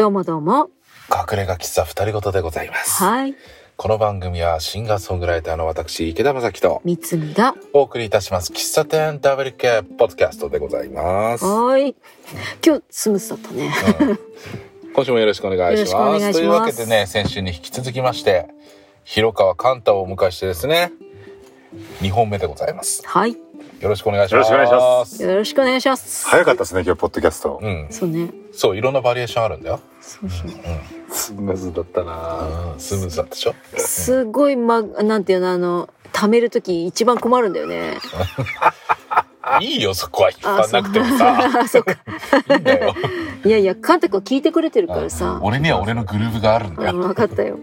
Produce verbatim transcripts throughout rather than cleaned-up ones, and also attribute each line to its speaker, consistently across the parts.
Speaker 1: どうもどうも。
Speaker 2: 隠れ家喫茶二人ごとでございます。
Speaker 1: はい。
Speaker 2: この番組はシンガーソングライターの私池田正樹と
Speaker 1: 三つみが
Speaker 2: お送りいたします喫茶店ダブルケポッドキャストでございます。
Speaker 1: はい。今日スムースだったね。
Speaker 2: うん、今週もよろしくお願いします。
Speaker 1: よろしくお願いします。
Speaker 2: というわけでね、先週に引き続きまして広川カンタをお迎えしてですね、にほんめでございます。
Speaker 1: はい。
Speaker 2: よろしくお願いします。
Speaker 3: よろしくお願いします。
Speaker 1: よろしくお願いします。
Speaker 3: 早かったですね今日ポッドキャスト。
Speaker 2: うん。
Speaker 1: そうね。
Speaker 2: そう、いろんなバリエーションあるんだよ。
Speaker 1: そうそう。うん。
Speaker 3: スムーズだったな、
Speaker 2: うん、スムーズだったでしょ。
Speaker 1: すごいまなんていうのあの貯めるとき一番困るんだよね。
Speaker 2: いいよそこは引っ張んなくてもさ。
Speaker 1: そうか。
Speaker 2: いいんだよ。
Speaker 1: いやいやカンタ君は聞いてくれてるからさ。
Speaker 2: 俺には俺のグルーヴがあるんだよ。
Speaker 1: 分かったよ。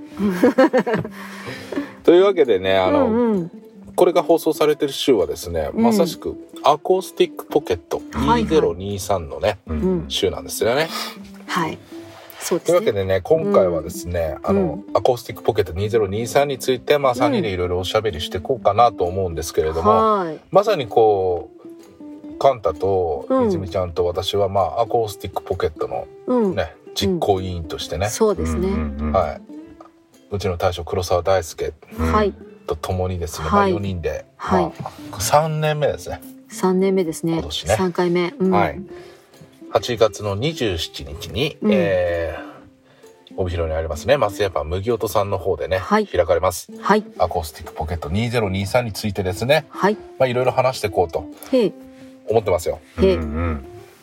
Speaker 2: というわけでね、あの、
Speaker 1: うんうん、こ
Speaker 2: れが放送されてる週はですね、うん、まさしくアコースティックポケットにせんにじゅうさんのね、はいはい、週なんですよね。
Speaker 1: はい。そうですね。
Speaker 2: というわけでね、今回はですね、うん、あの、うん、アコースティックポケットにせんにじゅうさんについて、まあさんにんでいろいろおしゃべりしていこうかなと思うんですけれども、うん、まさにこうカンタとみずみちゃんと私は、まあアコースティックポケットのね、うん、実行委員としてね、うん、
Speaker 1: そうですね。
Speaker 2: はい。うちの大将黒沢大輔、
Speaker 1: はい。
Speaker 2: と共にですね、
Speaker 1: はい、
Speaker 2: まあ、よにんで、
Speaker 1: はい、
Speaker 2: まあ、さんねんめですね。
Speaker 1: さんねんめですね。
Speaker 2: 今年ね。
Speaker 1: さんかいめ。うん、
Speaker 2: はい。はちがつのにじゅうしちにちに、うん、えー、帯広にありますね、松屋パン麦音さんの方でね、はい、開かれます。はい。アコースティックポケットにせんにじゅうさんについてですね、はい。まあ、いろいろ話していこうと思ってますよ。
Speaker 1: へえ。
Speaker 2: うんうん、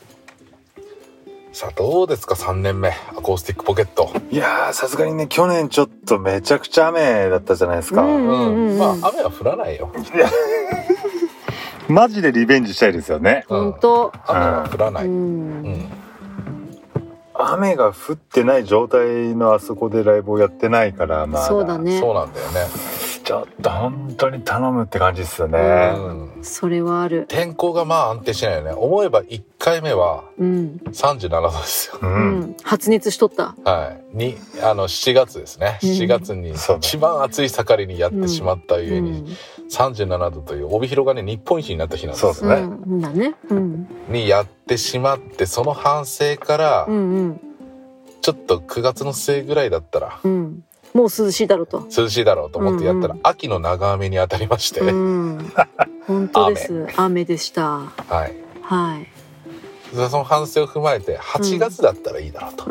Speaker 2: さあどうですかさんねんめアコースティックポケット。
Speaker 3: いやーさすがにね去年ちょっとめちゃくちゃ雨だったじゃないですか。
Speaker 1: うんうんうん、
Speaker 2: まあ雨は降らないよ。
Speaker 3: マジでリベンジしたいですよね。
Speaker 1: 本当、
Speaker 2: うん、雨は降らない、うん
Speaker 3: うん、雨が降ってない状態のあそこでライブをやってないからまあ
Speaker 1: そうだね。
Speaker 2: そうなんだよね。
Speaker 3: ちょっと本当に頼むって感じですよね、
Speaker 1: うん、それはある。
Speaker 2: 天候がまあ安定しないよね。思えばいっかいめはさんじゅうななどですよ、
Speaker 1: うんうん、発熱しとった。
Speaker 2: はいにあのしちがつですね、うん、しちがつに一番暑い盛りにやってしまったゆえに、うん、さんじゅうななどという帯広がね日本一になった日なんですよね。
Speaker 3: そうですね、
Speaker 1: うんだねうん、
Speaker 2: にやってしまって、その反省から、うんうん、ちょっとくがつの末ぐらいだったら、
Speaker 1: うんもう涼しいだろうと
Speaker 2: 涼しいだろうと思ってやったら、うんうん、秋の長雨に当たりまして、うん、
Speaker 1: 本当です雨。雨でした。
Speaker 2: はい
Speaker 1: はい
Speaker 2: その反省を踏まえてはちがつだったらいいだろうと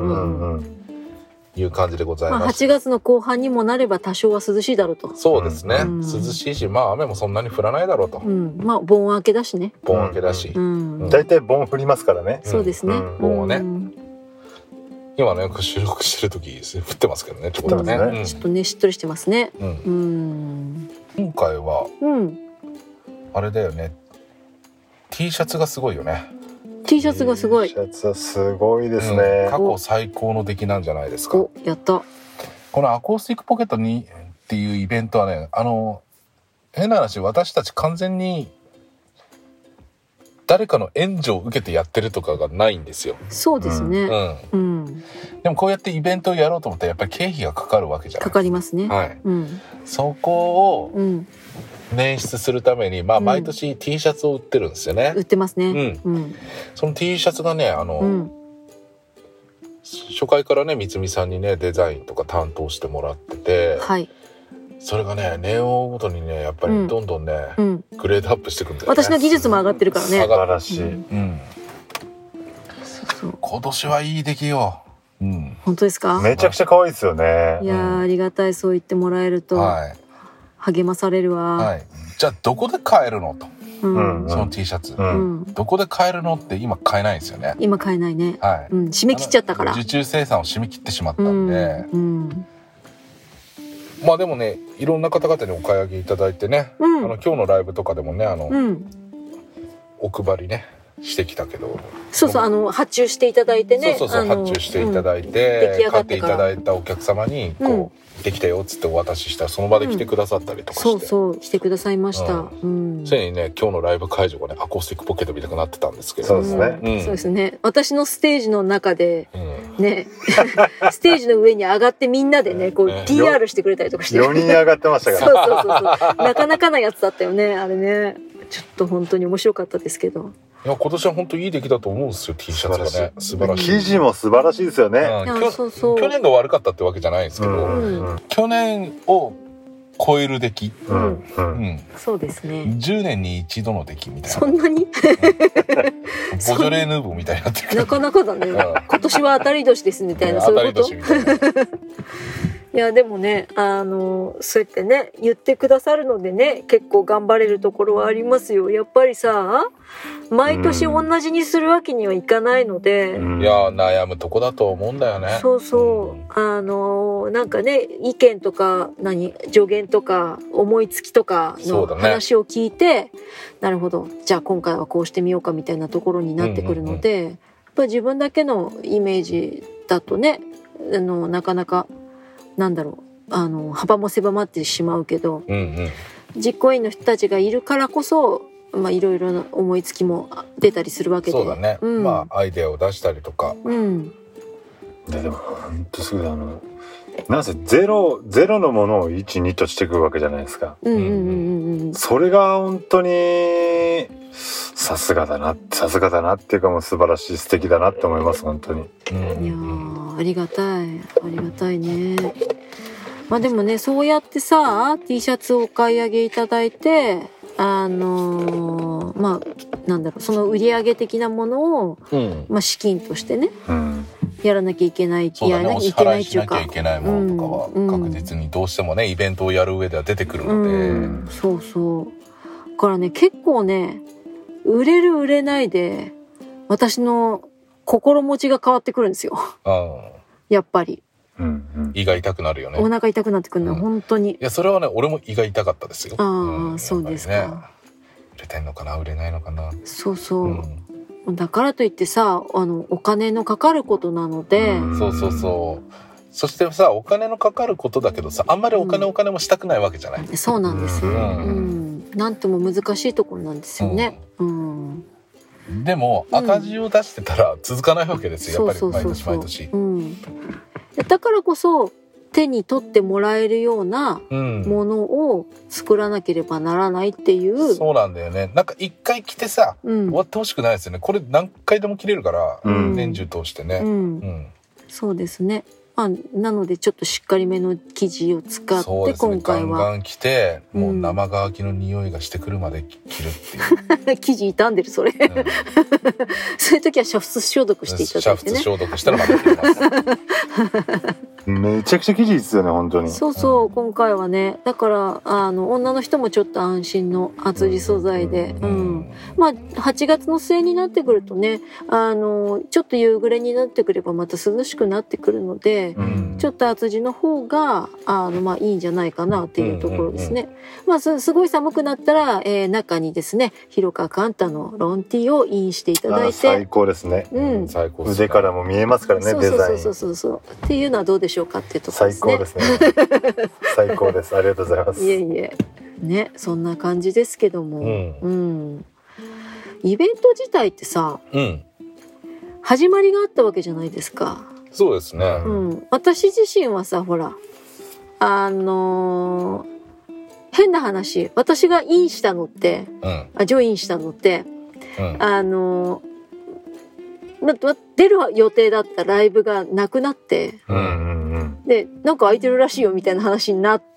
Speaker 2: いう感じでございます、
Speaker 1: まあ、はちがつの後半にもなれば多少は涼しいだろうと。
Speaker 2: そうですね、うん、涼しいしまあ雨もそんなに降らないだろうと、
Speaker 1: うん、まあ盆明けだしね。
Speaker 2: 盆明けだし、
Speaker 3: うんうん、だいたい盆降りますからね、
Speaker 1: うん、そうですね、うん、
Speaker 2: 盆はね、うん今ね収録してる時降ってますけどねちょっとね、
Speaker 1: うん、ちょっとねしっとりしてますね、うん
Speaker 2: うん、今回は、うん、あれだよね T シャツがすごいよね。
Speaker 1: T シャツがすごい
Speaker 3: T シャツはすごいですね、
Speaker 2: うん、過去最高の出来なんじゃないですか。
Speaker 1: おやった。
Speaker 2: このアコースティックポケットにっていうイベントはね、あの変な話私たち完全に誰かの援助を受けてやってるとかがないんですよ。
Speaker 1: そうですね、
Speaker 2: うんうん、でもこうやってイベントをやろうと思ったらやっぱり経費がかかるわけじゃないですか。
Speaker 1: かかりますね、
Speaker 2: はい
Speaker 1: うん、
Speaker 2: そこを捻出するために、まあ、毎年 T シャツを売ってるんですよね、
Speaker 1: うん、売ってますね、
Speaker 2: うんうん、その T シャツがねあの、うん、初回からね三つさんにねデザインとか担当してもらってて、はいそれがね年を追うごとにねやっぱりどんどんね、うん、グレードアップしていくんだよね。
Speaker 1: 私の技術も上がってるからね。
Speaker 2: 上がらしい、
Speaker 3: うん
Speaker 2: うん、そうそう今年はいい出来よ、うん、
Speaker 1: 本当ですか。
Speaker 3: めちゃくちゃ可愛いですよね。
Speaker 1: いや、うん、ありがたい。そう言ってもらえると、はい、励まされるわ、はい、
Speaker 2: じゃあどこで買えるのと、うん、その T シャツ、うん、どこで買えるのって今買えないんですよね。
Speaker 1: 今買えないね、はいうん、締め切っちゃったから
Speaker 2: 受注生産を締め切ってしまったんで、
Speaker 1: うんうん
Speaker 2: まあでもねいろんな方々にお買い上げいただいてね、うん、あの今日のライブとかでもねあの、うん、お配りねしてきたけど
Speaker 1: そうそうあの発注していただいてね
Speaker 2: そうそうそう発注していただいて、うん、買っていただいたお客様にこう、うんできたよっつってお渡ししたらその場で来てくださったりとかして、うん、
Speaker 1: そうそう来てくださいました、
Speaker 2: うんうん、それにね今日のライブ会場がねアコースティックポケット見たくなってたんですけど
Speaker 3: そうですね、
Speaker 1: うん、そうですね私のステージの中で、うん、ねステージの上に上がってみんなでねこう、ね、ティーアール してくれたりとかして
Speaker 3: よにん上がってましたから
Speaker 1: そうそうそうそうなかなかなやつだったよねあれねちょっと本当に面白かったですけど
Speaker 2: いや今年は本当いい出来だと思うんですよ T シャツがね素晴らしい。
Speaker 3: 生地も素晴らしいですよね、
Speaker 2: うん、そうそう去年が悪かったってわけじゃないんですけど、うん、去年を超える出来、うんうん
Speaker 1: うん、そうですね。
Speaker 2: じゅうねんに一度の出来みたいな。
Speaker 1: そんなに？うん、ボジ
Speaker 2: ョレーヌーボーみたいになってる。
Speaker 1: なかなかだね。今年は当たり年ですみたいな、そういうこと。当たり年みたいな。いやでもね、あのそうやってね言ってくださるのでね、結構頑張れるところはありますよ。やっぱりさ、毎年同じにするわけにはいかないので、
Speaker 2: うん、いや悩むとこだと思うんだよね。
Speaker 1: そうそう、あのなんかね意見とか何助言とか思いつきとかの話を聞いて、ね、なるほど、じゃあ今回はこうしてみようかみたいなところになってくるので、うんうんうん、やっぱり自分だけのイメージだとね、あのなかなかなんだろう、あの幅も狭まってしまうけど、うんうん、実行委員の人たちがいるからこそ、まあいろいろな思いつきも出たりするわけで、
Speaker 2: そうだね、うん、まあアイデアを出したりとか、うん、
Speaker 3: で, でも本当すごい、あのなんせゼロゼロのものをいち、にとしていくわけじゃないですか、うんうんうんうん、それが本当にさすがだなさすがだなっていうか、もう素晴らしい素敵だなって思います本当に、うん、
Speaker 1: いやありがたいありがたいね。まあでもね、そうやってさ T シャツをお買い上げいただいて、あのー、まあなんだろう、その売り上げ的なものを、うん、まあ資金としてね、うん、やらなきゃいけない、
Speaker 2: そうだね、お支払いしなきゃいけないものとかは確実にどうしてもね、イベントをやる上では出てくるので、うん、
Speaker 1: そうそうだからね、結構ね売れる売れないで私の心持ちが変わってくるんですよ、うん、やっぱり、
Speaker 2: うんうん、胃が痛くなるよね。
Speaker 1: お腹痛くなってくるの、うん、本当に。い
Speaker 2: やそれはね俺も胃が痛かったですよ。
Speaker 1: ああ、うん、そうですか、ね、
Speaker 2: 売れてんのかな売れないのかな。
Speaker 1: そうそう、うん、だからといってさ、あのお金のかかることなので、
Speaker 2: うん、そうそうそう、そしてさお金のかかることだけどさ、あんまりお金、うん、お金もしたくないわけじゃない。
Speaker 1: そうなんですよ、うんうん、なんとも難しいところなんですよね、うん
Speaker 2: うん、でも赤字を出してたら続かないわけですよ、やっぱり毎年毎年、うん、
Speaker 1: だからこそ手に取ってもらえるようなものを作らなければならないっていう、うん、
Speaker 2: そうなんだよね。なんか一回着てさ、うん、終わってほしくないですよね。これ何回でも着れるから、うん、年中通してね、うんうん、
Speaker 1: そうですね。まあ、なのでちょっとしっかりめの生地を使って、そうですね、今回は
Speaker 2: ガンガン着て、もう生乾きの匂いがしてくるまで着るっていう、
Speaker 1: 生地傷んでるそれ、うん、そういう時は煮沸消毒していただいてね。
Speaker 2: 煮沸消毒したらまた着れます
Speaker 3: めちゃくちゃ生地いいですよね本当に。
Speaker 1: そうそう、うん、今回はね、だからあの女の人もちょっと安心の厚地素材で、うんうん、まあはちがつの末になってくるとね、あのちょっと夕暮れになってくればまた涼しくなってくるので、うん、ちょっと厚地の方があのまあいいんじゃないかなっていうところですね、うんうんうん、まあ す, すごい寒くなったら、えー、中にですね広川カンタのロンティをインしていただいて、
Speaker 3: 最高ですね、うん、最高ですね。腕からも見えますからね、デザイン。
Speaker 1: そうそうそうそうっていうのはどうでしょうかっていうところですね。
Speaker 3: 最高ですね最高です、ありがとうございます。
Speaker 1: いえいえね、そんな感じですけども、うんうん、イベント自体ってさ、うん、始まりがあったわけじゃないですか。
Speaker 2: そうですね、
Speaker 1: うん、私自身はさ、ほらあのー、変な話、私がインしたのって、うん、あジョインしたのって、うん、あのー、ま、出る予定だったライブがなくなって、うんうんうん、でなんか空いてるらしいよみたいな話になって、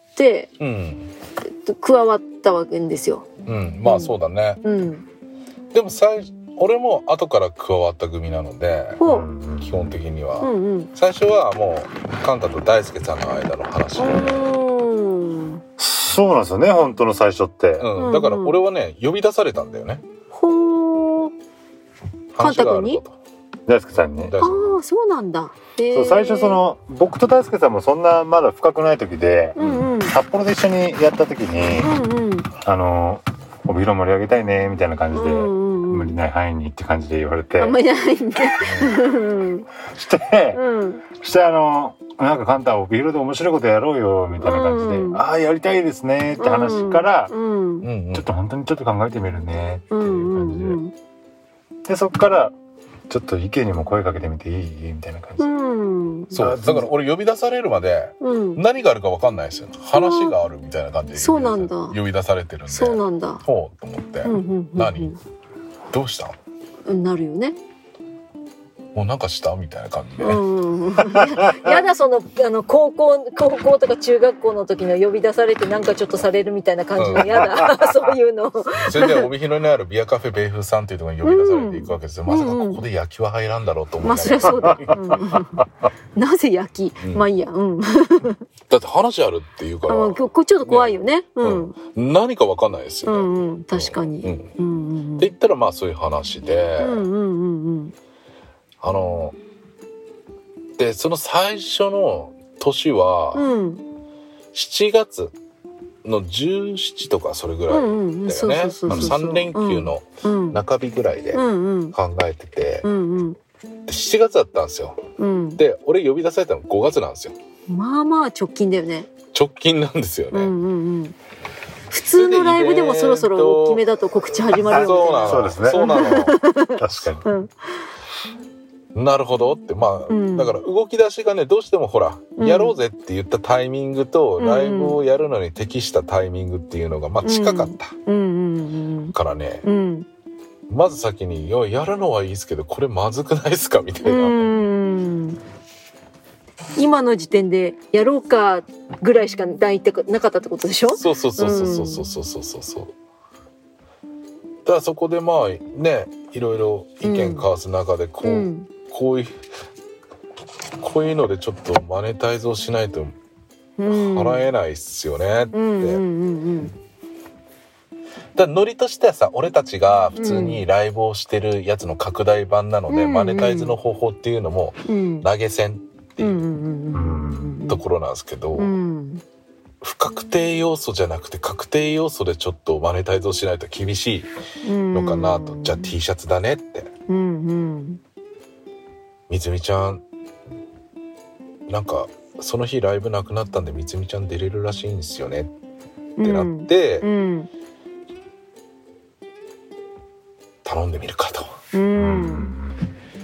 Speaker 1: うん、加わったわけですよ、
Speaker 2: うん、まあそうだね、うん、でも最初俺も後から加わった組なので、基本的には、うんうん、最初はもうカンタと大輔さんの間の話で、
Speaker 3: そうなんですよね本当の最初って、
Speaker 2: うん、だから俺はね呼び出されたんだよね。
Speaker 1: ほー、カンタ君に
Speaker 3: 大輔さんに。
Speaker 1: ああそうなんだ。
Speaker 3: そう最初その僕と大輔さんもそんなまだ深くない時で、うんうん、札幌で一緒にやった時に、うんうん、あの帯広盛り上げたいねみたいな感じで、うんうんうん、無理ない範囲にって感じで言われて、
Speaker 1: あんまりないんで
Speaker 3: して、うん、してあのなんかカンタ帯広で面白いことやろうよみたいな感じで、うん、ああやりたいですねって話から、うんうん、ちょっと本当にちょっと考えてみるねっていう感じで、うんうんうん、でそっからちょっと池にも声かけてみていいみたいな感じで、うん、
Speaker 2: そうだから俺呼び出されるまで何があるか分かんないですよ、うん、話があるみたいな感じで
Speaker 1: そうなんだ
Speaker 2: 呼び出されてるんで、
Speaker 1: そうなんだ
Speaker 2: ほうと思って、うんうんうんうん、何どうしたん
Speaker 1: なるよね。
Speaker 2: もうなんかしたみたいな感じで、
Speaker 1: うん、や, やだそのあの高校高校とか中学校の時に呼び出されてなんかちょっとされるみたいな感じのやだ、うん、そういうの。
Speaker 2: それで帯広にあるビアカフェ米風さんっていうところに呼び出されていくわけですよ、うん、まさかここで焼きは入らんだろうと思って、まあそりゃそうだ、うん、なぜ焼き、うん、まあいいや、うん、だって話あるっていうから
Speaker 1: あちょっと怖いよね、うん
Speaker 2: うん、何か分かんないですよね、
Speaker 1: うんうん、確かに、うんうんうん、
Speaker 2: って言ったらまあそういう話で、
Speaker 1: うんうんうんうん
Speaker 2: あのでその最初の年は、うん、しちがつのじゅうしちとかそれぐらいだよね。さん連休の中日ぐらいで考えてて、うんうん、でしちがつだったんですよ、うん、で俺呼び出されたのごがつなんですよ。
Speaker 1: まあまあ直近だよね。
Speaker 2: 直近なんですよね、うんうんうん、
Speaker 1: 普通のライブでもそろそろ大きめだと告知始まるよみたいな。
Speaker 3: そうですね。
Speaker 2: そうなの
Speaker 3: 確かに、
Speaker 2: うんなるほどってまあ、うん、だから動き出しがねどうしてもほら、うん、やろうぜって言ったタイミングと、うん、ライブをやるのに適したタイミングっていうのがまあ近かった、うん、からね、うん、まず先にいややるのはいいですけどこれまずくないですかみたいな、うん、
Speaker 1: 今の時点でやろうかぐらいしかないってなかったってことでしょ。
Speaker 2: そうそうそうそうそうそうそうそうそうそうだからそこでまあねいろいろ意見交わす中でこう、うんこういうこういうのでちょっとマネタイズをしないと払えないっすよねって、うんうんうんうん、だからノリとしてはさ俺たちが普通にライブをしてるやつの拡大版なので、うん、マネタイズの方法っていうのも投げ銭っていうところなんですけど、うん、不確定要素じゃなくて確定要素でちょっとマネタイズをしないと厳しいのかなと、うん、じゃあ T シャツだねって、うんうんみつみちゃんなんかその日ライブなくなったんでみつみちゃん出れるらしいんですよねってなって、うんうん、頼んでみるかと、うん、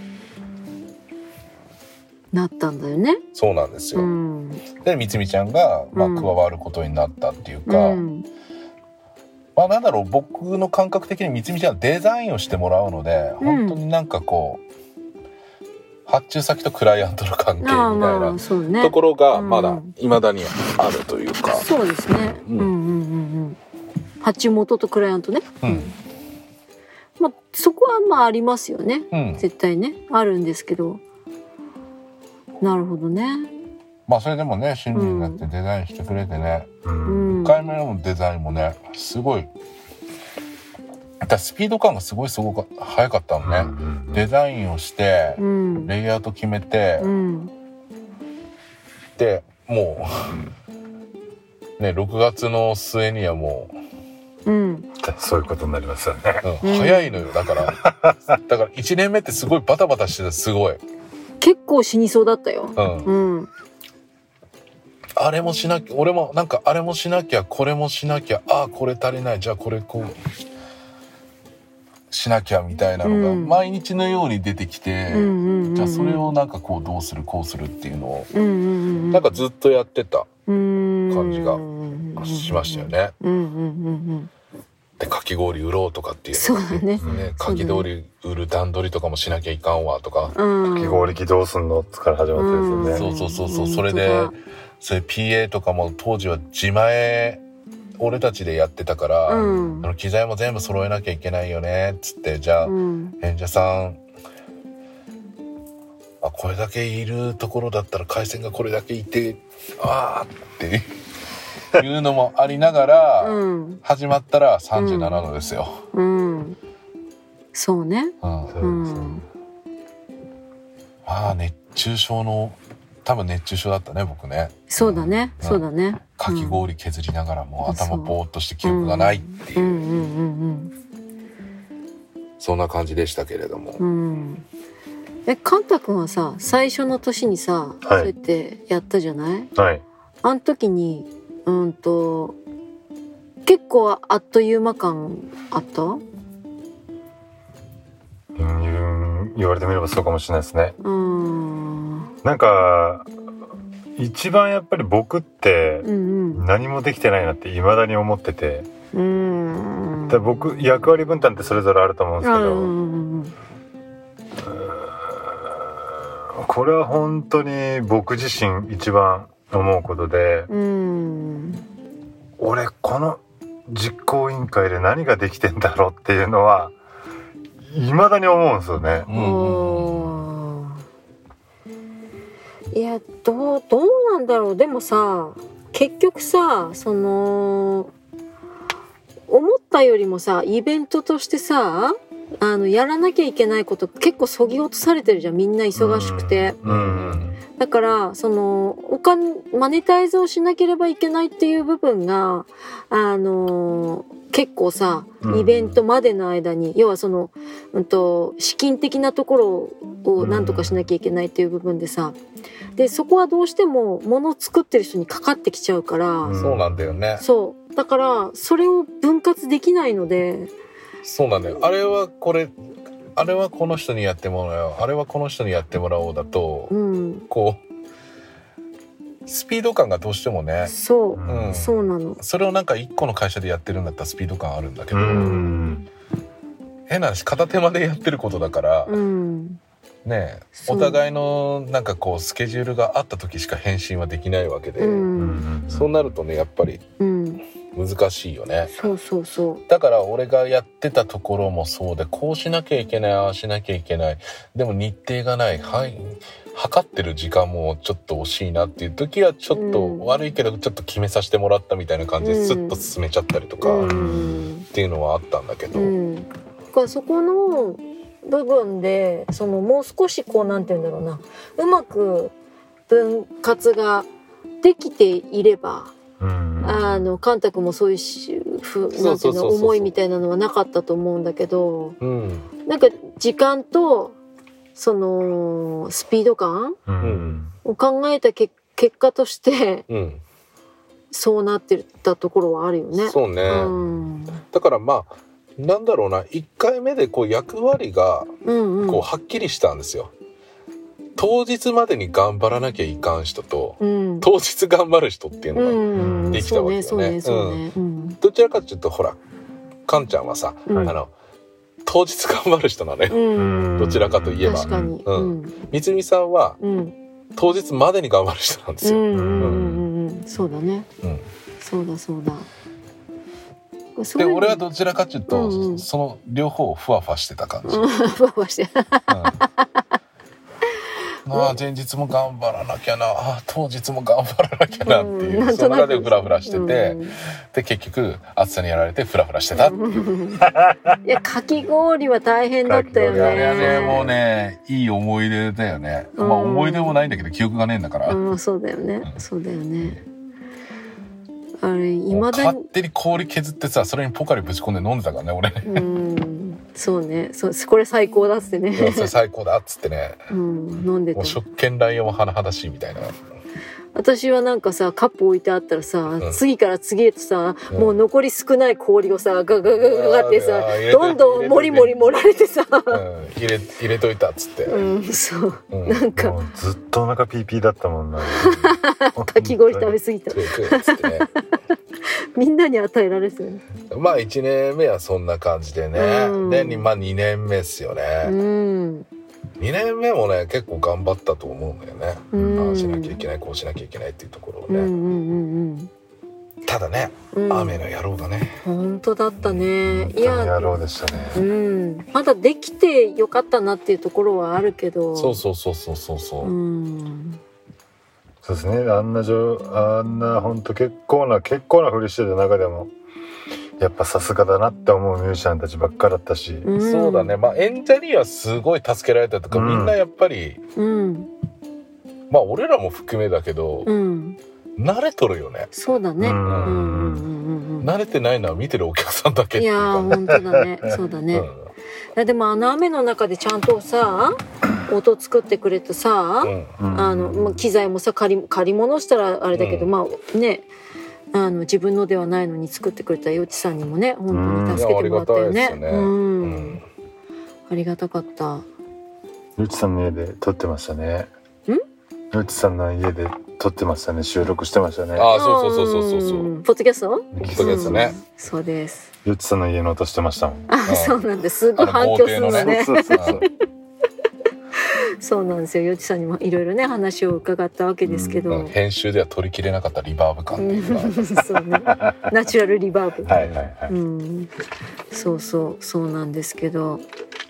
Speaker 1: なったんだよね。
Speaker 2: そうなんですよ、うん、でみつみちゃんが、まあ、加わることになったっていうか、うんまあ、なんだろう僕の感覚的にみつみちゃんはデザインをしてもらうので、うん、本当になんかこう発注先とクライアントの関係みたいな、ね、ところがまだ未だにあるというか、
Speaker 1: うん、そうですね、うんうんうんうん、発注元とクライアントね、うんまあ、そこはまあありますよね、うん、絶対ねあるんですけどなるほどね。
Speaker 2: まあそれでもね親身になってデザインしてくれてね、うん、いっかいめのデザインもねすごいスピード感がすごいすごく速かったのね、うんうん、デザインをして、うん、レイアウト決めて、うん、でもうねろくがつの末にはも
Speaker 3: う、うん、そういうことになりますよね、
Speaker 2: うん、早いのよだからだからいちねんめってすごいバタバタしてたすごい
Speaker 1: 結構死にそうだったよ、うんうん、
Speaker 2: あれもしなきゃ俺もなんかあれもしなきゃこれもしなきゃあこれ足りないじゃあこれこうしなきゃみたいなのが毎日のように出てきて、うん、じゃあそれをなんかこうどうするこうするっていうのを、うん、なんかずっとやってた感じがしましたよね、うんうんうん、でかき氷売ろうとかっていう
Speaker 1: そうだね、
Speaker 2: ねかき氷売る段取りとかもしなきゃいかんわとか、
Speaker 3: うん、かき氷機どうすんのから始まってですよね、
Speaker 2: うん、そうそうそうそうそれでそれ ピーエー とかも当時は自前俺たちでやってたから、うん、あの機材も全部揃えなきゃいけないよねっつってじゃあ、うん、演者さんあこれだけいるところだったら回線がこれだけいてあーっていうのもありながら、うん、始まったらさんじゅうななどですよ、うん
Speaker 1: うん、そうね、うんうん、
Speaker 2: まあ熱中症の多分熱中症だったね僕ね。
Speaker 1: そうだね、うん、そうだね。
Speaker 2: かき氷削りながらもう頭ボーっとして記憶がないっていう、うんうんうんうん、そんな感じでしたけれども、うん、
Speaker 1: えカンタ君はさ最初の年にさ、はい、そうやってやったじゃない、
Speaker 3: はい、
Speaker 1: あの時にうんと結構あっという間感あった？
Speaker 3: うん言われてみればそうかもしれないですね。うんなんか一番やっぱり僕って何もできてないなって未だに思ってて、うん、で僕役割分担ってそれぞれあると思うんですけど、うんこれは本当に僕自身一番思うことで、うん、俺この実行委員会で何ができてんだろうっていうのは未だに思うんですよね。
Speaker 1: うん、いやどうどうなんだろう。でもさ結局さその思ったよりもさイベントとしてさあのやらなきゃいけないこと結構そぎ落とされてるじゃん。みんな忙しくて、うんうん、だからそのお金マネタイズをしなければいけないっていう部分があの結構さイベントまでの間に、うん、要はその、うん、と資金的なところをなんとかしなきゃいけないっていう部分でさでそこはどうしても物を作ってる人にかかってきちゃうから、
Speaker 2: うん、そうなんだよね。
Speaker 1: そうだからそれを分割できないので
Speaker 2: そうなんだよ。あれはこれあれはこの人にやってもらおうあれはこの人にやってもらおうだと、うん、こうスピード感がどうしてもね
Speaker 1: そう、うん、そうなの。
Speaker 2: それをなんか一個の会社でやってるんだったらスピード感あるんだけど、うん、変な話片手間でやってることだから、うん、ねお互いのなんかこうスケジュールがあった時しか返信はできないわけで、うん、そうなるとねやっぱり、うん難しいよね。
Speaker 1: そうそうそう。
Speaker 2: だから俺がやってたところもそうでこうしなきゃいけないああしなきゃいけないでも日程がないはい測ってる時間もちょっと惜しいなっていう時はちょっと悪いけどちょっと決めさせてもらったみたいな感じでスッと進めちゃったりとか、うん、っていうのはあったんだけど、うん、だ
Speaker 1: からそこの部分でそのもう少しこうなんて言うんだろうなうまく分割ができていればうん、あのカンタ君もそういうしふなんていうの思いみたいなのはなかったと思うんだけど、うん、なんか時間とそのスピード感を考えたけ結果として、うん、そうなってたところはあるよね。
Speaker 2: そうね、うん、だからまあなんだろうないっかいめでこう役割がこうはっきりしたんですよ。当日までに頑張らなきゃいかん人と、うん、当日頑張る人っていうのができたわけよね。どちらかというとほらカンちゃんはさ、うん、あの当日頑張る人なのよ、うん、どちらかといえば。みつみさんは、うん、当日までに頑張る人なんですよ。
Speaker 1: そうだね、うん、そうだそうだ。
Speaker 2: で俺はどちらかというと、うん、その両方ふわふわしてた感じ。ふわふわして、うんああ前日も頑張らなきゃなあ当日も頑張らなきゃなっていう、うん、その中でフラフラしてて、うん、で結局暑さにやられてフラフラしてたっていう、うん、い
Speaker 1: やかき氷は大変だったよね。
Speaker 2: あれはねもうねいい思い出だよね、うん、まあ思い出もないんだけど記憶がねえんだから、
Speaker 1: うん、そうだよね、うん、そうだよね。あれ未だに
Speaker 2: 勝手に氷削ってさそれにポカリぶち込んで飲んでたからね俺ね。
Speaker 1: うんそうねそうこれ最高だっつってね、
Speaker 2: うん、それ最高だっつってね、
Speaker 1: うん、飲んでた。
Speaker 2: もう食券乱用も甚だしいみたいな。
Speaker 1: 私はなんかさカップ置いてあったらさ、うん、次から次へとさ、うん、もう残り少ない氷をさガガガガガってさどんどんモリモリ盛られてさ、うん、
Speaker 2: 入れ入れといたっつって、
Speaker 1: うんそう、うん、なんか
Speaker 3: ずっとお腹ピーピーだったもんな
Speaker 1: かき氷食べ過ぎたみんなに与えられそうね。
Speaker 2: まあいちねんめはそんな感じでね、うん、で、まあ、にねんめっすよね、うん、にねんめもね結構頑張ったと思うんだよね、うん、ああしなきゃいけないこうしなきゃいけないっていうところをね、うんうんうんうん、ただね、うん、雨の野郎だね。
Speaker 1: 本当だったね。
Speaker 3: いや野郎でしたね、
Speaker 1: うん、まだできてよかったなっていうところはあるけど
Speaker 2: そうそうそうそうそうそう、うん
Speaker 3: そうですね。あんなじょあんな本当結構な結構なふりしてた中でもやっぱさすがだなって思うミュージシャンたちばっかだったし、
Speaker 2: うん、そうだね。まあ演者にはすごい助けられたとか、うん、みんなやっぱり、うん、まあ俺らも含めだけど、うん、慣れとるよね。
Speaker 1: そうだね、うんうんうん
Speaker 2: うん、慣れてないのは見てるお客さんだけっていうか。
Speaker 1: いや本当だねそうだね、うん、いやでもあの雨の中でちゃんとさ音作ってくれてさ、うん、あの機材もさ借り、借り物したらあれだけど、うん、まあねあの自分のではないのに作ってくれたよちさんにもね本当に助けてもらったよね。うん、うん、ありがたかった。
Speaker 3: よちさんの家で撮ってましたね。ん？よちさんの家で撮ってましたね。収録してましたね。
Speaker 2: ああそうそうそうそうそう。
Speaker 1: ポッドキャスト？ポ
Speaker 2: ッドキャストね、
Speaker 1: うん。そうです。
Speaker 3: よちさんの家の音してましたもん。
Speaker 1: あ、そうなんです。すごい反響するのね。そうそうそうそうそうなんですよ。よちさんにもいろいろね話を伺ったわけですけど、うん、
Speaker 2: 編集では取りきれなかったリバーブ感っていうのが
Speaker 1: そうね、ナチュラルリバーブ
Speaker 3: はいはいはい、
Speaker 1: うん、そうそうそうなんですけど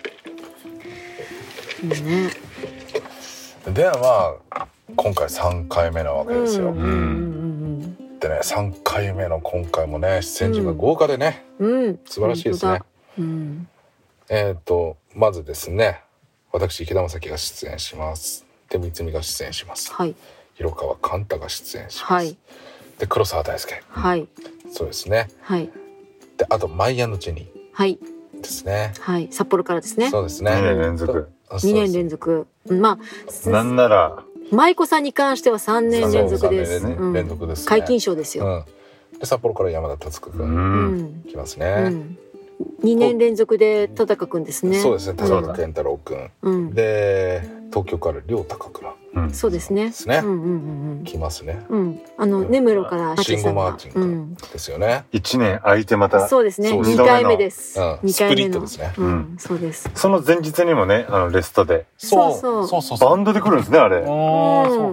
Speaker 1: ね。
Speaker 2: ではまあ今回さんかいめなわけですよ、うんうんうん、でねさんかいめの今回もね出演陣が豪華でね、うん、素晴らしいですね、うん、えっ、ー、とまずですね私池田正樹が出演します。で三海が出演します、はい、広川寛太が出演します、はい、で黒沢大輔、はい、そうですね、はい、であとマイアンドジェニー、はい、ですね、はい、札幌からですね。 そうですね、
Speaker 3: にねん連続
Speaker 1: にねん連続、ま
Speaker 3: あなんなら
Speaker 1: 舞妓さんに関してはさんねん連続です。
Speaker 2: さんねん連続ですね。
Speaker 1: 皆勤賞ですよ、
Speaker 2: うん。で札幌から山田達子くん来ますね、うん、
Speaker 1: にねん連続で田中くんですね。
Speaker 2: そうですね、田中健太郎くん、うん、で東京から両高倉、
Speaker 1: うん、そうですね
Speaker 2: ですね、うんうんうん、来ますね、
Speaker 1: うん、あの根室から
Speaker 2: 慎吾マーチンくんですよね、
Speaker 3: うん、いちねん空いてまた
Speaker 1: そうですねにかいめです、
Speaker 2: うん、にかいめのスプリットですね、
Speaker 1: うん、そうです。
Speaker 3: その前日にもねあのレストで
Speaker 1: そうそう
Speaker 3: そうそうバンドで来るんですねあれ、うん、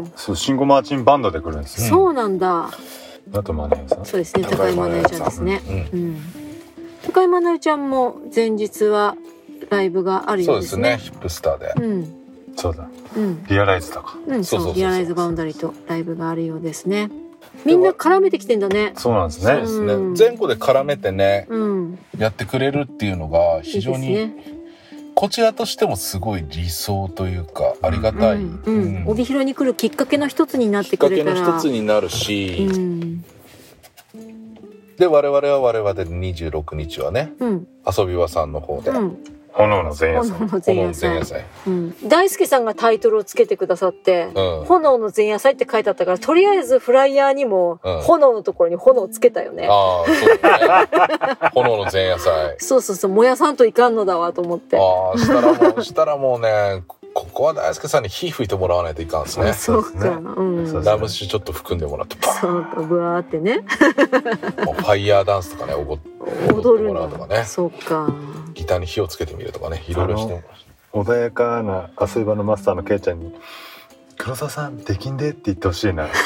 Speaker 3: そう慎吾マーチンバンドで来るんですね、
Speaker 1: そうなんだ。
Speaker 3: あとマネーさん、
Speaker 1: そうですね、高井マネーちゃんですね、うんうん、高井マネーちゃんも前日はライブがあるようですね。
Speaker 2: そうですね、ヒップスターで、うん、
Speaker 3: そうだ、うん、リアライズだか、
Speaker 1: うん、そうそうそうそう、リアライズバウンダリーとライブがあるようですね。みんな絡めてきてんだね。
Speaker 3: そうなんですね、
Speaker 2: うん、前後で絡めてね、うん、やってくれるっていうのが非常にいいですね。こちらとしてもすごい理想というかありがたい、うん
Speaker 1: うんうん、帯広に来るきっかけの一つになってくれたら
Speaker 2: きっかけの一つになるし、うん、で我々は我々でにじゅうろくにちはね、うん、遊び場さんの方で、うん、
Speaker 3: 炎の前夜祭、
Speaker 1: 炎の前夜祭、うん、大輔さんがタイトルをつけてくださって、うん、炎の前夜祭って書いてあったからとりあえずフライヤーにも、うん、炎のところに炎をつけたよね。
Speaker 2: ああそうだね炎の前夜祭
Speaker 1: そうそうそう、燃やさんといかんのだわと思って、
Speaker 2: ああしたらもうしたらもうねここは大輔さんに火吹いてもらわないといかんですね。
Speaker 1: そうか、うん、
Speaker 2: ラム酒ちょっと含んでもらってバ
Speaker 1: ーン、そうブワーってね
Speaker 2: もうファイヤーダンスとかね踊ってもらうとかね、
Speaker 1: そうか、
Speaker 2: ギターに火をつけてみるとかね、いろいろしてもら
Speaker 3: う。穏やかな遊び場のマスターのケイちゃんに黒沢さんできんでって言ってほしいな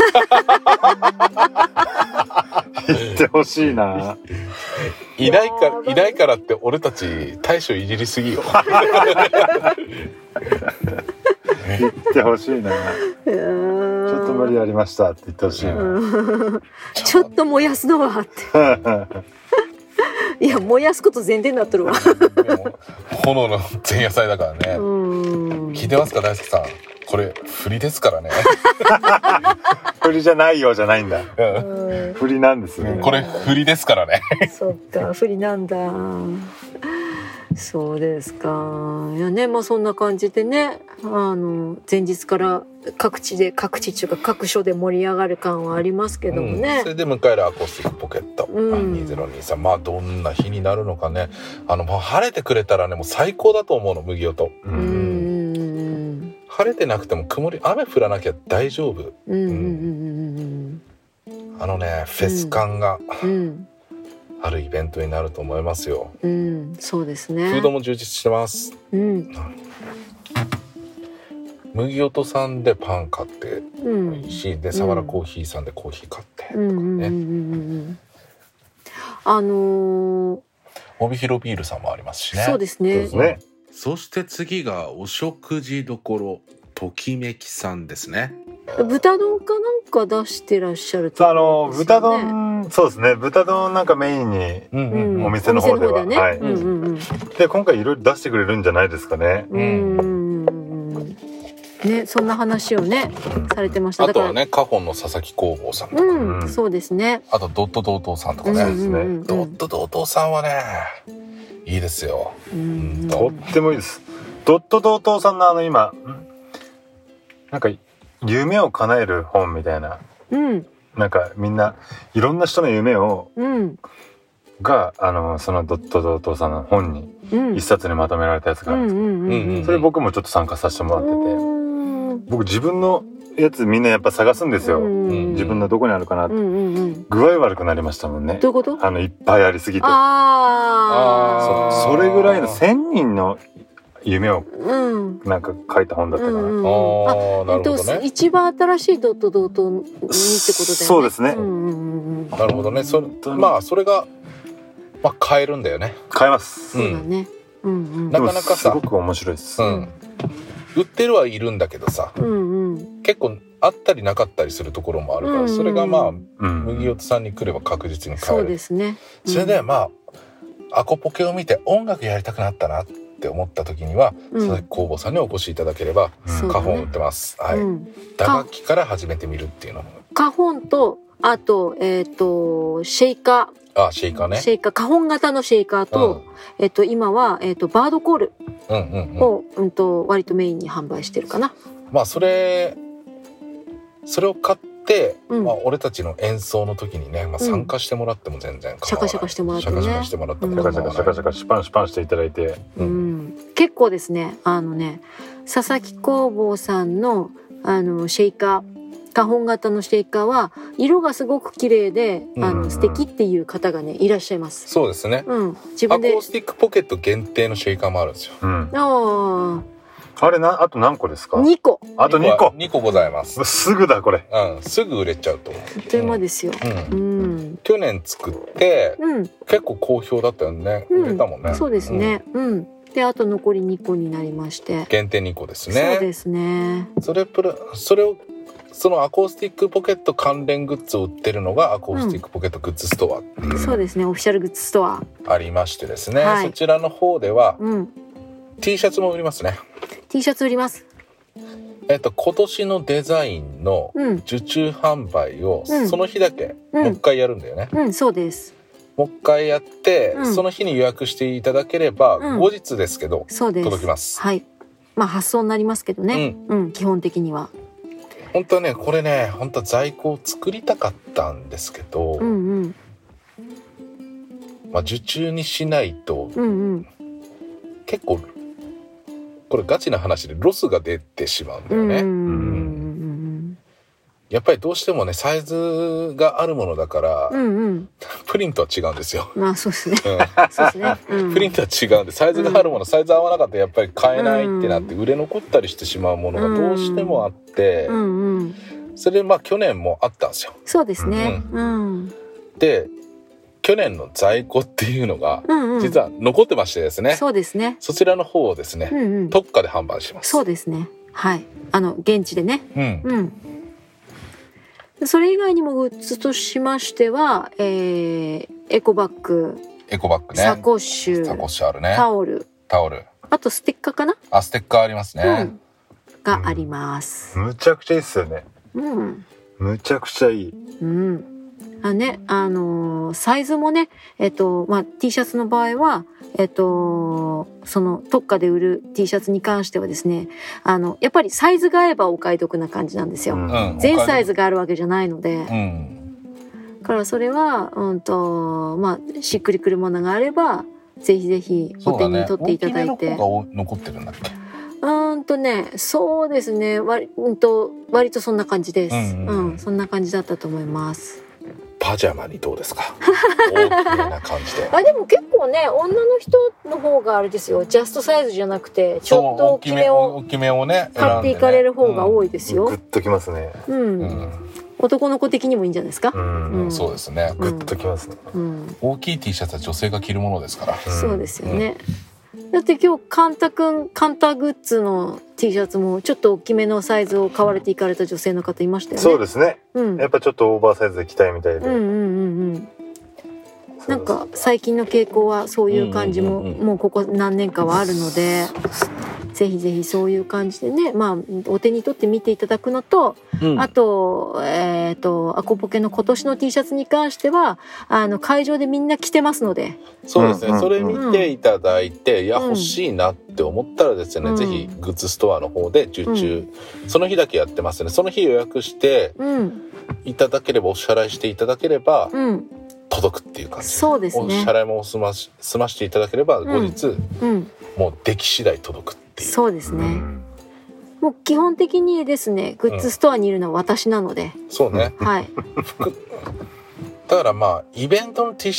Speaker 3: 言ってほしいな。
Speaker 2: いないからいないからって俺たち大将いじりすぎよ
Speaker 3: 言ってほしいな。ちょっと無理やりましたって言ってほしいな、うん、
Speaker 1: ちょっと燃やすのはっていや燃やすこと前提になってるわ
Speaker 2: 炎の前夜祭だからね。うん聞いてますか大輔さん、これ振りですからね
Speaker 3: 振りじゃないよじゃないんだ、うん、振りなんですね、
Speaker 2: これ振りですからね
Speaker 1: そっか振りなんだ。そうですか。いやね、まあそんな感じでね、あの前日から各地で各地というか各所で盛り上がる感はありますけどもね、うん、
Speaker 2: それで迎えるアコースティックポケット、うん、にせんにじゅうさん、まあどんな日になるのかね。あの、まあ、晴れてくれたらねもう最高だと思うの、麦音。うん、晴れてなくても曇り雨降らなきゃ大丈夫。うん、あのねフェス感が、うんうんあるイベントになると思いますよ。
Speaker 1: うん、そうですね。
Speaker 2: フードも充実してます。うん、麦音さんでパン買ってもいいし、うん、でサワラコーヒーさんでコーヒー買ってとかね。うんうんうんうん、
Speaker 1: あのー、
Speaker 2: 帯広ビールさんもありますしね。
Speaker 1: そうですね。そうですね。
Speaker 2: そして次がお食事どころときめきさんですね。
Speaker 1: 豚丼かなんか出してらっしゃる
Speaker 3: と、ね、あの豚丼そうですね、豚丼なんかメインに、うんうん、お店の方では、ね、はい、うんうんうん、で今回いろいろ出してくれるんじゃないですかね。うん、
Speaker 1: ね、そんな話をね、うん、されてました。
Speaker 2: あとはねカホンの佐々木工房さんとか、
Speaker 1: うん、そうですね。
Speaker 2: あとドットドートーさんとかね、うんうんうん、ドットドートーさんはねいいですよ、うんうん、
Speaker 3: とってもいいです。ドットドートーさんのあの今なんか夢を叶える本みたいな、うん、なんかみんないろんな人の夢を、うん、があのそのドットドートさんの本に一冊にまとめられたやつがあるんですけど、それ僕もちょっと参加させてもらってて、僕自分のやつみんなやっぱ探すんですよ、うん、自分のどこにあるかなって、うんうんうん、具合悪くなりましたもんね。
Speaker 1: どういうこと？
Speaker 3: あのいっぱいありすぎて。
Speaker 1: あ
Speaker 3: あ そ, それぐらいのせんにんの夢をなんか書いた本だったかな、うんうん、
Speaker 2: ああなるほどね、
Speaker 1: 一番新しいドットドットにってことだよね。
Speaker 3: そうですね、うんうんう
Speaker 2: ん、なるほどね。そまあそれが、まあ、買えるんだよね。
Speaker 3: 買えます、
Speaker 1: そうだね、うんうん、
Speaker 2: なかなかさ
Speaker 3: すごく面白いです、うん、
Speaker 2: 売ってるはいるんだけどさ、
Speaker 1: うんうん、
Speaker 2: 結構あったりなかったりするところもあるから、うんうん、それがまあ、うん、麦音さんに来れば確実に買える。
Speaker 1: そうですね、
Speaker 2: うん、それでまあアコポケを見て音楽やりたくなったなって思った時には、うん、佐々木工房さんにお越しいただければ、うん、花本売ってます、はい、うん、打楽器から始めてみるっていうのも
Speaker 1: 花本とあとえっ、ー、とシェイカ
Speaker 2: ーあシェイカーね
Speaker 1: シェイカー花本型のシェイカーと、うん、えっ、ー、と今は、えー、とバードコールを、うんうんうん、と割とメインに販売してるかな。
Speaker 2: まあそれそれを買って、うんまあ、俺たちの演奏の時にね、まあ、参加してもらっても全然構わない、うん、シャ
Speaker 1: カシャカしてもらってね、
Speaker 2: シャカシャカしてもらっても
Speaker 3: シャカシャカシャカシャカシュパンシュパンしていただいて、
Speaker 1: うんうん、結構ですねあのね佐々木工房さんのあのシェイカー花本型のシェイカーは色がすごく綺麗で、うん、あの素敵っていう方がねいらっしゃいます。
Speaker 2: そうですね、
Speaker 1: うん、自分で
Speaker 2: アコースティックポケット限定のシェイカーもあるんですよ、うん、
Speaker 1: あ
Speaker 3: あれなあと何個ですか？
Speaker 1: にこ。
Speaker 3: あとにこ。
Speaker 2: にこございます。
Speaker 3: すぐだこれ。
Speaker 2: うん、すぐ売れちゃうと思う。
Speaker 1: あっという間ですよ。
Speaker 2: うん。うん、去年作って、うん、結構好評だったよね。売れたもんね。
Speaker 1: そうですね。うん。うん、であと残りにこになりまして。
Speaker 2: 限定にこですね。
Speaker 1: そうですね。
Speaker 2: それプラそれをそのアコースティックポケット関連グッズを売ってるのがアコースティックポケットグッズストアっていう、
Speaker 1: うん、そうですね。オフィシャルグッズストア
Speaker 2: ありましてですね。はい、そちらの方では、
Speaker 1: うん、
Speaker 2: T シャツも売りますね。
Speaker 1: T シャツ売ります。
Speaker 2: えっと、今年のデザインの受注販売をその日だけもう一回やるんだよね、
Speaker 1: うんうんうん、そうです。
Speaker 2: もう一回やって、うん、その日に予約していただければ、うん、後日ですけど届きます。
Speaker 1: はい。まあ発送になりますけどね、うんうん、基本的には
Speaker 2: 本当はねこれね本当は在庫を作りたかったんですけど、
Speaker 1: うんうん、
Speaker 2: まあ受注にしないと、
Speaker 1: うんうん、
Speaker 2: 結構これガチな話でロスが出てしまうんだよね、うん、やっぱりどうしてもねサイズがあるものだから、
Speaker 1: うんうん、
Speaker 2: プリントは違うんですよ。
Speaker 1: まあそうですね、うん、そうですね、うん、
Speaker 2: プリントは違うんでサイズがあるもの、うん、サイズ合わなかったらやっぱり買えないってなって売れ残ったりしてしまうものがどうしてもあって、
Speaker 1: うんうんうん、
Speaker 2: それでまあ去年もあったんですよ。
Speaker 1: そうですね、うんうん、
Speaker 2: で去年の在庫っていうのが実は残ってましてですね、うんうん、
Speaker 1: そうですね、
Speaker 2: そちらの方をですね、うんうん、特価で販売します。
Speaker 1: そうですね、はい、あの現地でね、
Speaker 2: うん
Speaker 1: うん、それ以外にもグッズとしましては、えー、エコバッグ、
Speaker 2: エコバッグね、
Speaker 1: サコッシュ、
Speaker 2: サコッシュあるね、
Speaker 1: タオル、
Speaker 2: タオル、
Speaker 1: あとステッカーかな、
Speaker 2: あ、ステッカーありますね、うん、
Speaker 1: があります、
Speaker 3: うん、むちゃくちゃいいっすよね、
Speaker 1: うん、
Speaker 3: むちゃくちゃいい、
Speaker 1: うん、あね、あのー、サイズもね、えっと、まあ、T シャツの場合は、えっと、その特価で売る T シャツに関してはですね、あの、やっぱりサイズが合えばお買い得な感じなんですよ。うん、全サイズがあるわけじゃないので。
Speaker 2: うん、
Speaker 1: だからそれは、うんと、まあ、しっくりくるものがあれば、ぜひぜひお手に取っていただいて。
Speaker 2: そうだね、大きめの方が残ってるんだっけ？
Speaker 1: うんとね、そうですね、割、うんと、割とそんな感じです。うん、うんうん、そんな感じだったと思います。
Speaker 2: パジャマにどうですか？大きめな感じで。
Speaker 1: あ、でも結構ね、女の人の方があれですよ、ジャストサイズじゃなくてちょっと大きめを
Speaker 2: 大きめをね
Speaker 1: 買っていかれる方が多いですよ。
Speaker 3: グッときますね。
Speaker 1: うん。うん、男の子的にもいいんじゃないですか？
Speaker 2: うん、うん、そうですね。
Speaker 3: グッときますね。
Speaker 1: うん。
Speaker 2: 大きい T シャツは女性が着るものですから。
Speaker 1: うん、そうですよね。うん、だって今日カンタくんカンタグッズの T シャツもちょっと大きめのサイズを買われていかれた女性の方いましたよね。
Speaker 3: そうですね、
Speaker 1: うん、
Speaker 3: やっぱちょっとオーバーサイズで着たいみたいで、
Speaker 1: うんうんうんうん、なんか最近の傾向はそういう感じももうここ何年かはあるので、ぜひぜひそういう感じでね、まあお手に取って見ていただくのと、うん、あとえっとアコポケの今年の T シャツに関してはあの会場でみんな着てますので、
Speaker 2: そうですね、うん、それ見ていただいて、うん、いや欲しいなって思ったらですね、うん、ぜひグッズストアの方で受注、うん、その日だけやってますね。その日予約していただければ、お支払いしていただければ、うん、届くっていう感じで、
Speaker 1: そうですね、
Speaker 2: お支払いも済まし、済ましていただければ後日、うんうん、もう出来次第届くっていう。
Speaker 1: そうですね、うん、もう基本的にですねグッズストアにいるのは私なので、
Speaker 2: うん、そうね、
Speaker 1: はい
Speaker 2: だからまあイベントの T シャツっ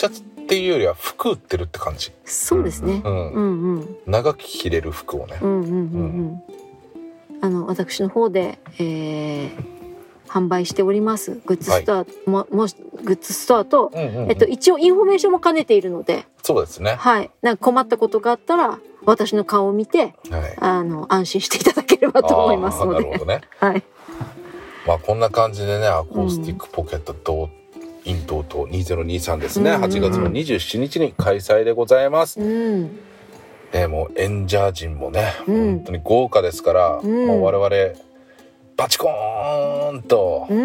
Speaker 2: っていうよりは服売ってるって感じ。
Speaker 1: そうですね、うんうんうん、
Speaker 2: 長く着れる服をね、うんうんうんうん、
Speaker 1: あの私の方で、えー、販売しておりますグッズストア、はい、ももグッズストアと、うんうんうん、えっと、一応インフォメーションも兼ねているので、
Speaker 2: そうですね、
Speaker 1: はい、なんか困ったことがあったら私の顔を見て、はい、あの安心していただければと思いますので。
Speaker 2: なるほどね、
Speaker 1: はい、
Speaker 2: まあこんな感じでね、アコースティックポケットとイントートにせんにじゅうさんですね、うんうんうん、はちがつのにじゅうしちにちに開催でございます、うんえー、もう演者陣もね、うん、本当に豪華ですから、うん、もう我々バチコーンと、うん、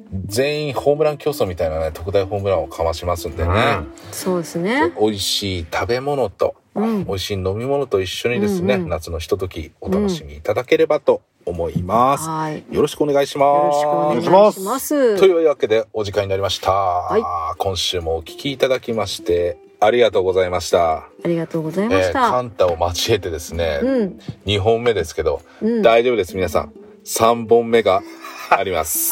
Speaker 2: 全員ホームラン競争みたいなね特大ホームランをかましますんでね、うん、
Speaker 1: そうですね、
Speaker 2: 美味しい食べ物と、うん、美味しい飲み物と一緒にですね、うんうん、夏のひとときお楽しみいただければと思います、うん、はい、よろしくお願いします。
Speaker 1: よろしくお願いします
Speaker 2: というわけでお時間になりました、はい、今週もお聞きいただきましてありがとうございました。
Speaker 1: ありがとうございました、
Speaker 2: えー、カンタを交えてですね、うん、にほんめですけど、うん、大丈夫です皆さん、さんぼんめがあります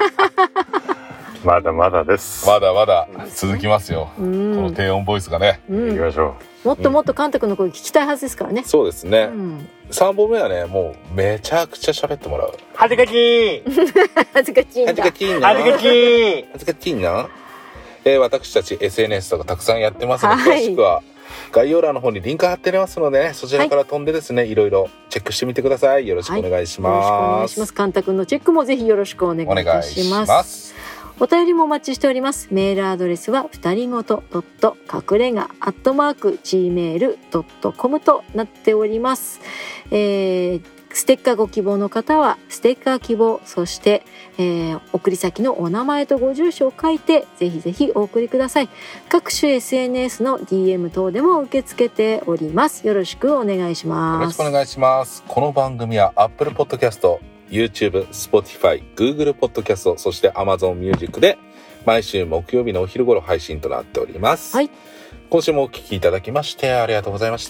Speaker 3: まだまだです。
Speaker 2: まだまだ続きますよ、うん、この低音ボイスがね、
Speaker 3: うん、行きましょ
Speaker 1: う。もっともっとカンタ君の声聞きたいはずですからね、
Speaker 2: うん、そうですね、うん、さんぼんめはねもうめちゃくちゃ喋ってもらう。
Speaker 3: 恥ずかしい
Speaker 1: 恥ずかしいんだ
Speaker 2: 恥ずかしいな
Speaker 3: 恥ずかしい
Speaker 2: 恥ずかしいな、えー、私たち エスエヌエス とかたくさんやってますので、はい、詳しくは概要欄の方にリンク貼ってありますので、ね、そちらから飛んでですね、はい、いろいろチェックしてみてください。よろしくお願いします、はい、よろしくお願いします。
Speaker 1: カンタ君のチェックもぜひよろしくお願いいたします。お願いします。お便りもお待ちしております。メールアドレスはふたりごと隠れ家アットマーク ジーメールドットコム となっております、えー、ステッカーご希望の方はステッカー希望、そして、えー、送り先のお名前とご住所を書いてぜひぜひお送りください。各種 エスエヌエス の ディーエム 等でも受け付けております。よろしくお願いします。
Speaker 2: よろしくお願いします。この番組は Apple Podcast、YouTube、Spotify、Google Podcast、そして Amazon Music で毎週木曜日のお昼頃配信となっております。はい。今週もお聞きいただきましてありがとうございました。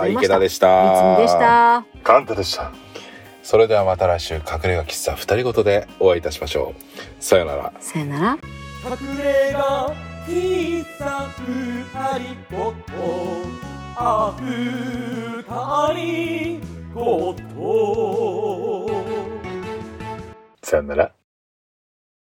Speaker 2: 池田でした。
Speaker 1: いつみでした。
Speaker 3: カンタでした。
Speaker 2: それではまた来週隠れ家喫茶二人ごとでお会いいたしましょう。さよなら。
Speaker 1: さよなら。
Speaker 4: 隠れ家喫茶二人ごと、あ二人ごと。
Speaker 3: さよなら。